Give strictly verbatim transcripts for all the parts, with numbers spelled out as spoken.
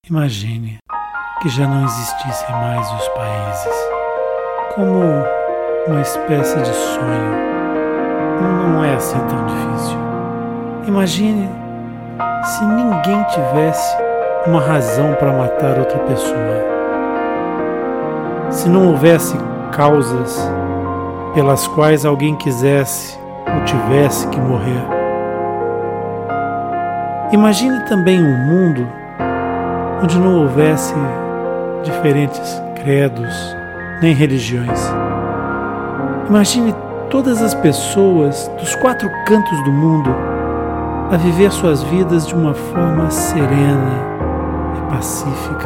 Imagine que já não existissem mais os países, como uma espécie de sonho. Não é assim tão difícil. Imagine se ninguém tivesse uma razão para matar outra pessoa. Se não houvesse causas pelas quais alguém quisesse ou tivesse que morrer. Imagine também um mundo onde não houvesse diferentes credos nem religiões. Imagine todas as pessoas dos quatro cantos do mundo a viver suas vidas de uma forma serena e pacífica.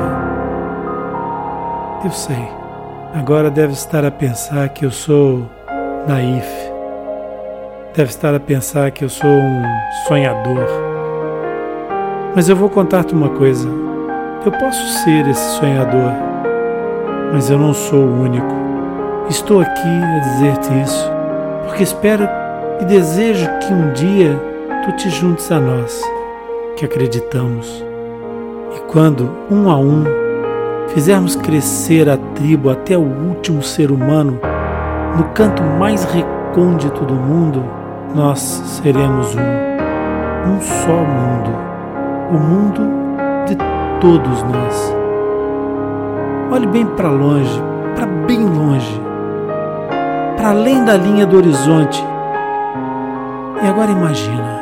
Eu sei, agora deve estar a pensar que eu sou naif, deve estar a pensar que eu sou um sonhador. Mas eu vou contar-te uma coisa. Eu posso ser esse sonhador, mas eu não sou o único. Estou aqui a dizer-te isso, porque espero e desejo que um dia tu te juntes a nós, que acreditamos. E quando, um a um, fizermos crescer a tribo até o último ser humano, no canto mais recôndito do mundo, nós seremos um, um só mundo, o mundo de todos nós. Olhe bem para longe, para bem longe, para além da linha do horizonte. E agora imagina.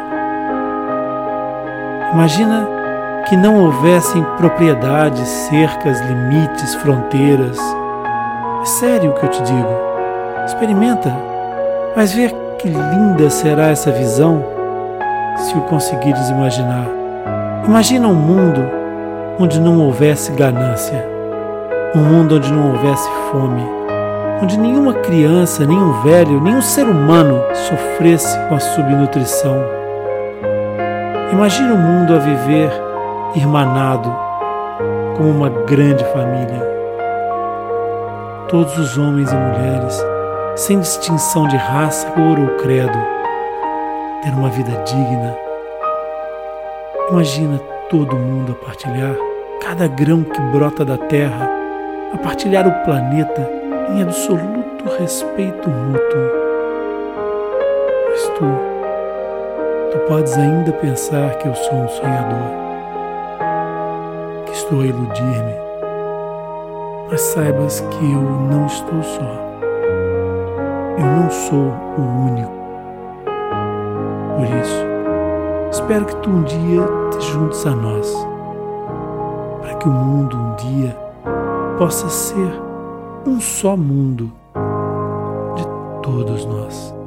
Imagina que não houvessem propriedades, cercas, limites, fronteiras. É sério o que eu te digo. Experimenta. Vais ver que linda será essa visão se o conseguires imaginar. Imagina um mundo onde não houvesse ganância, um mundo onde não houvesse fome, onde nenhuma criança, nenhum velho, nenhum ser humano sofresse com a subnutrição. Imagina um mundo a viver irmanado, como uma grande família. Todos os homens e mulheres, sem distinção de raça, cor ou credo, ter uma vida digna. Imagina todo mundo a partilhar cada grão que brota da terra, a partilhar o planeta em absoluto respeito mútuo. Mas tu, tu podes ainda pensar que eu sou um sonhador, que estou a iludir-me, mas saibas que eu não estou só. Eu não sou o único. Por isso, espero que tu um dia te juntes a nós, para que o mundo um dia possa ser um só mundo de todos nós.